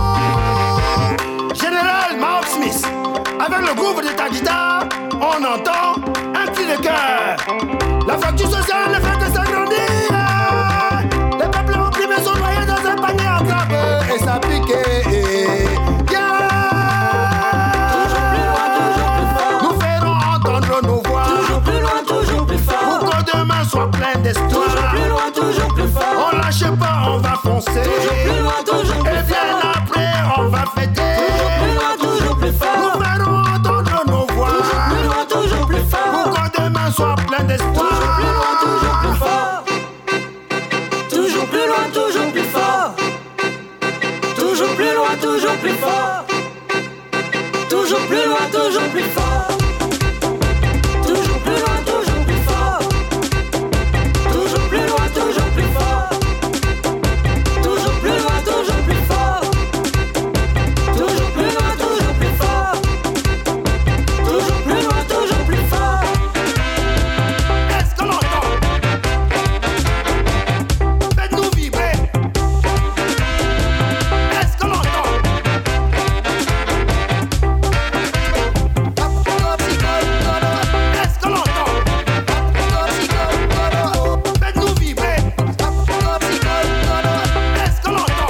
Général Mark Smith, avec le groove de ta guitare, on entend un cri de cœur. La facture sociale ne fait que s'agrandir. lâche pas, on va foncer. Toujours plus loin, toujours plus Et bien fort. après, on va fêter. Toujours plus loin, toujours plus fort. Nous ferons entendre nos voix. Toujours plus loin, toujours plus fort. Pour que demain soit plein d'espoir. Toujours plus loin, toujours plus fort. Toujours plus loin, toujours plus fort. Toujours plus loin, toujours plus fort. Toujours plus loin, toujours plus fort. Toujours plus loin, toujours plus fort. Toujours plus loin, toujours plus fort. Toujours plus loin, toujours plus fort. Toujours plus loin, toujours plus fort. Toujours plus loin, toujours plus fort. Est-ce qu'on entend? Faites-nous vibrer. Est-ce qu'on entend? Est-ce qu'on entend? Faites-nous vibrer. Est-ce qu'on entend?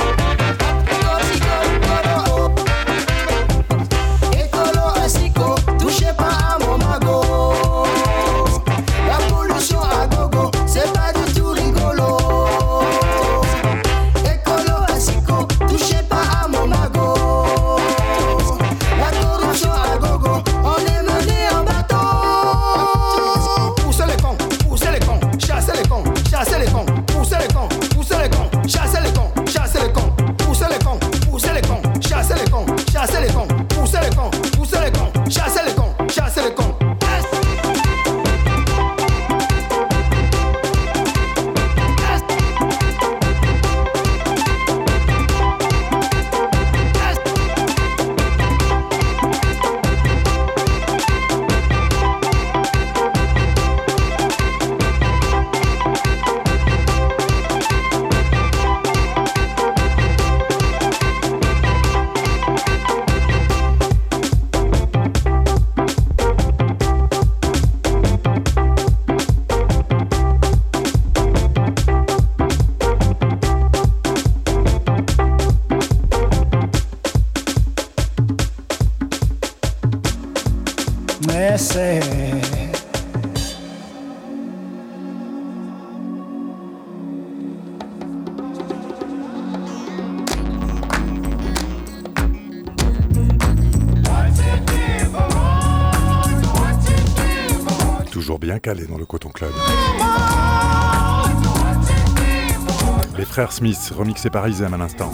Écolo asiko, touchez pas à mon magot. La pollution à gogo, c'est pas du tout rigolo. Écolo asiko, touchez pas à mon magot. La corruption à gogo, on est mené en bateau. Poussez les cons, poussez les cons, chassez les cons, chassez les cons, poussez les cons, poussez les cons, chassez les cons, chassez les cons, poussez les cons, poussez les cons, chassez les cons, chassez les cons, poussez les cons, poussez les cons, chassez les cons, chassez les cons. Mais c'est Toujours bien calé dans le Coton Club. Les frères Smith, remixés par Izem à l'instant.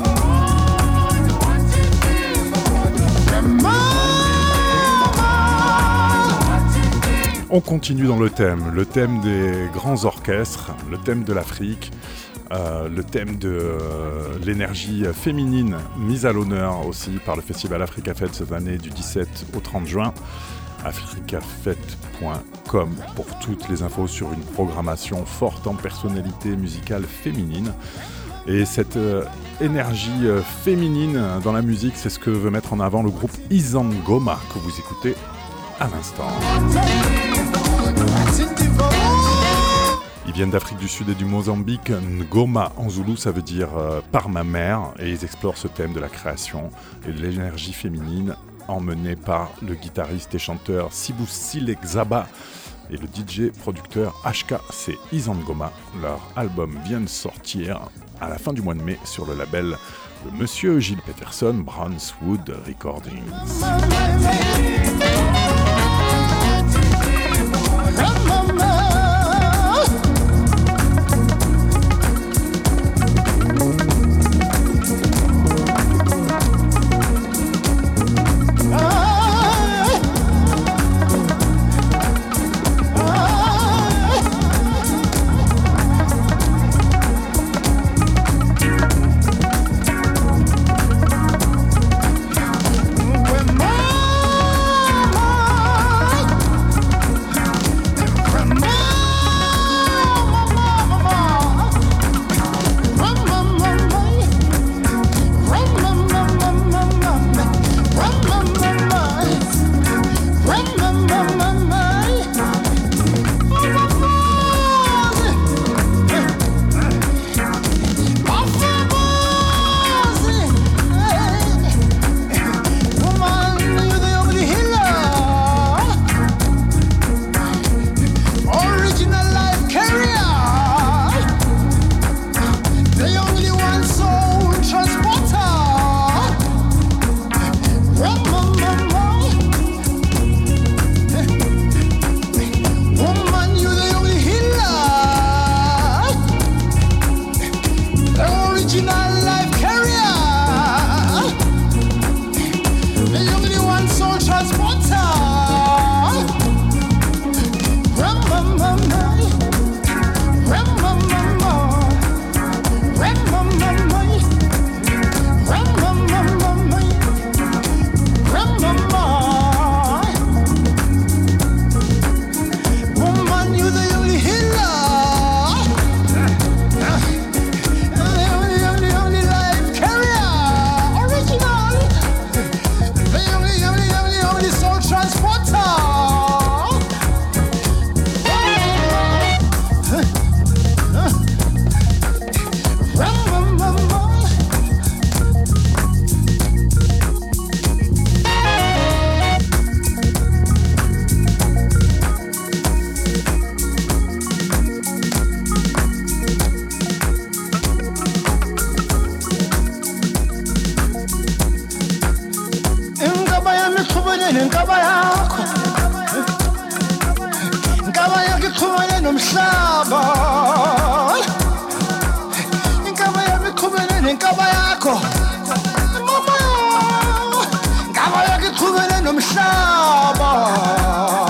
On continue dans le thème, le thème des grands orchestres, le thème de l'Afrique, euh, le thème de euh, l'énergie féminine mise à l'honneur aussi par le festival Africa Fête cette année du dix-sept au trente juin. africa fête point com pour toutes les infos sur une programmation forte en personnalité musicale féminine. Et cette euh, énergie euh, féminine dans la musique, c'est ce que veut mettre en avant le groupe Izangoma que vous écoutez à l'instant. Ils viennent d'Afrique du Sud et du Mozambique. Ngoma en zoulou, ça veut dire euh, par ma mère, et ils explorent ce thème de la création et de l'énergie féminine emmené par le guitariste et chanteur Sibusile Xaba et le D J producteur H K. C'est Izangoma. Leur album vient de sortir à la fin du mois de mai sur le label de Monsieur Gilles Peterson, Brownswood Recordings. When my gekommen um Sabon Ngabaya gekommen in Kabayako Mama Ngabaya gekommen um Sabon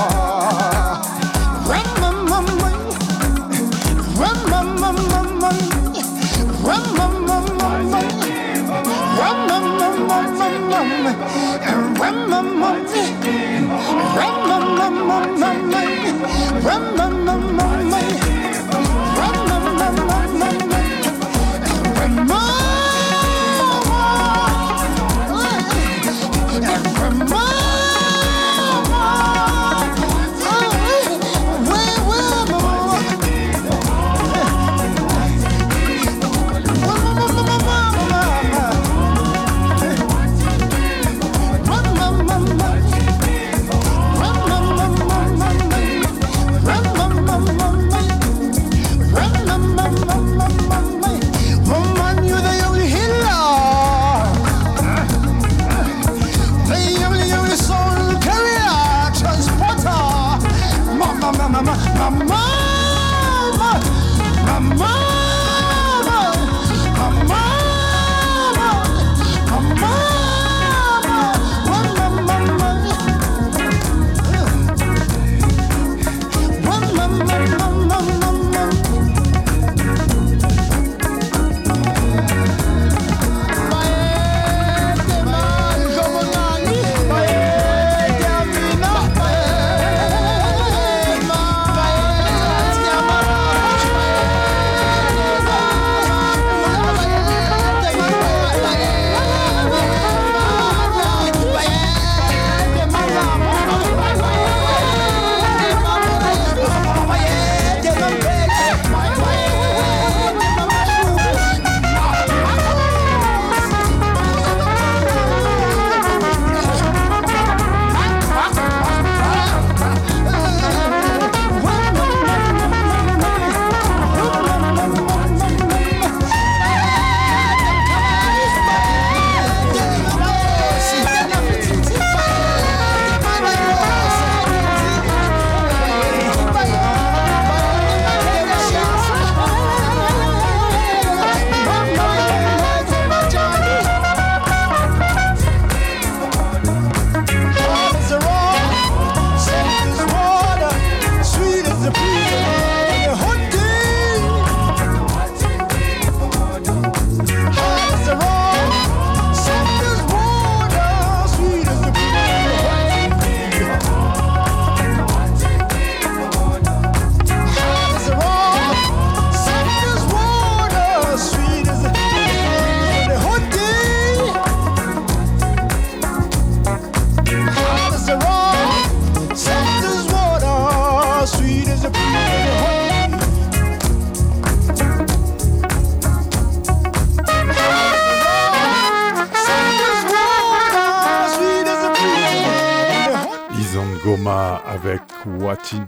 Ngoma avec Wati,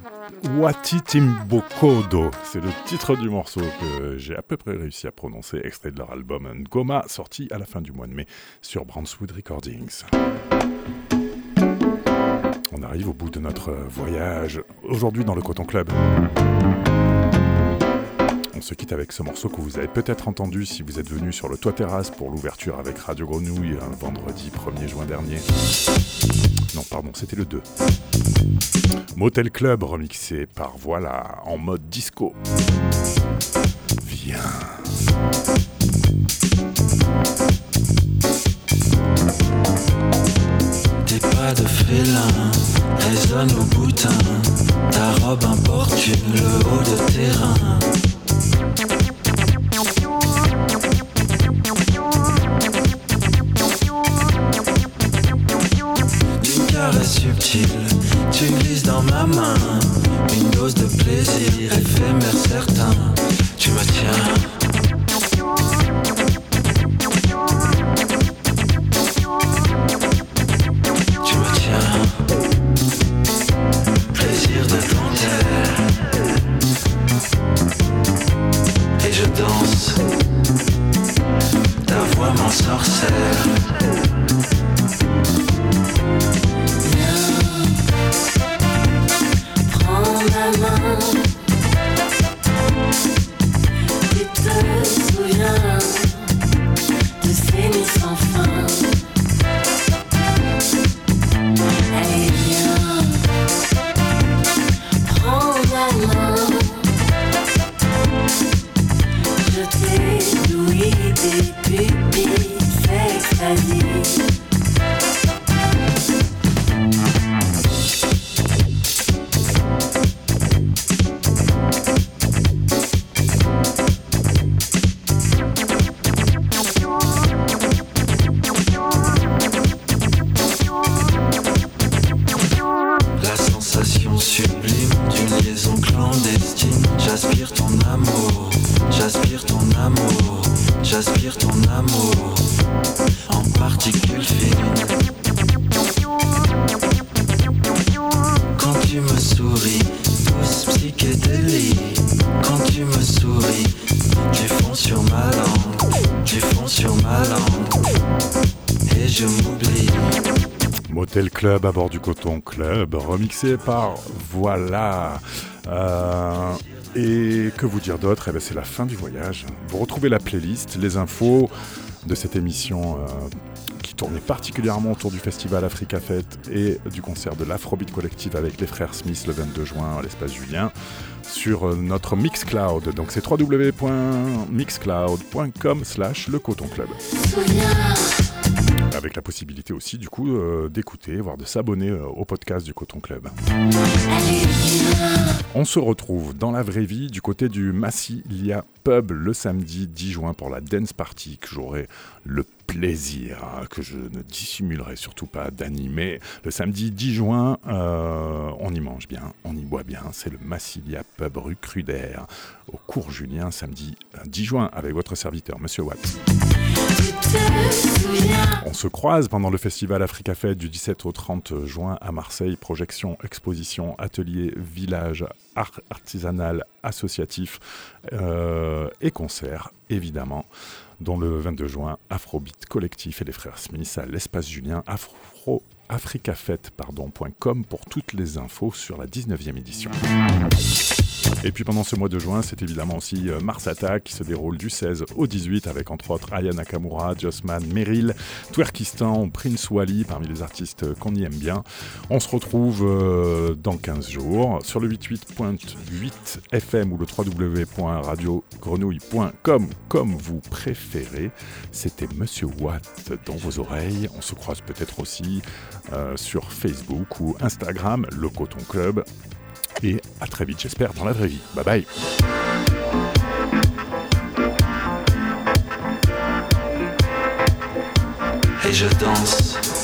Watitimbokodo. C'est le titre du morceau que j'ai à peu près réussi à prononcer, extrait de leur album Ngoma, sorti à la fin du mois de mai sur Brownswood Recordings. On arrive au bout de notre voyage, aujourd'hui dans le Coton Club. On se quitte avec ce morceau que vous avez peut-être entendu si vous êtes venu sur le toit terrasse pour l'ouverture avec Radio Grenouille un vendredi premier juin dernier. Non, pardon, c'était le deux. Motel Club remixé par Voilà en mode disco. Viens. Tes pas de félin résonnent au boutin. Ta robe importune le haut de terrain. Une caresse subtile, tu glisses dans ma main. Une dose de plaisir éphémère certain. Tu me tiens. Sorcelle. Viens, prends ma main. Tu te souviens de ces nuits sans fin. Allez viens, prends ma main. Je t'éblouis des pupilles s'extasient. La sensation sublime d'une liaison clandestine. J'aspire ton amour, j'aspire ton amour, j'aspire ton amour en particules fines. Quand tu me souris, douce psychédélie. Quand tu me souris, tu fonds sur ma langue, tu fonds sur ma langue et je m'oublie. Motel Club à bord du Coton Club, remixé par Voilà. Euh, et que vous dire d'autre ? Eh ben, c'est la fin du voyage. Vous retrouvez la playlist, les infos de cette émission euh, qui tournait particulièrement autour du festival Africa Fête et du concert de l'Afrobeat Collective avec les frères Smith le vingt-deux juin à l'espace Julien sur notre Mixcloud. Donc c'est w w w point mixcloud point com slash le Coton Club. Avec la possibilité aussi du coup euh, d'écouter, voire de s'abonner euh, au podcast du Coton Club. On se retrouve dans la vraie vie du côté du Massilia Pub le samedi dix juin pour la dance party que j'aurai le plaisir, que je ne dissimulerai surtout pas d'animer. Le samedi dix juin, euh, on y mange bien, on y boit bien. C'est le Massilia Pub rue Cruder au cours Julien, samedi dix juin avec votre serviteur, Monsieur Watt. On se croise pendant le festival Africa Fête du dix-sept au trente juin à Marseille. Projection, exposition, atelier, village, art artisanal, associatif euh, et concert, évidemment. Dont le vingt-deux juin, Afrobeat Collectif et les frères Smith à l'espace Julien, Afro, africafête pardon, .com pour toutes les infos sur la dix-neuvième édition. Et puis pendant ce mois de juin, c'est évidemment aussi Mars Attack qui se déroule du seize au dix-huit avec entre autres Aya Nakamura, Jossman, Meryl, Twerkistan, Prince Wally parmi les artistes qu'on y aime bien. On se retrouve euh, dans quinze jours sur le quatre-vingt-huit virgule huit F M ou le w w w point radio grenouille point com comme vous préférez. C'était Monsieur Watt dans vos oreilles. On se croise peut-être aussi euh, sur Facebook ou Instagram, le Coton Club. Et à très vite, j'espère, dans la vraie vie. Bye bye. Et je danse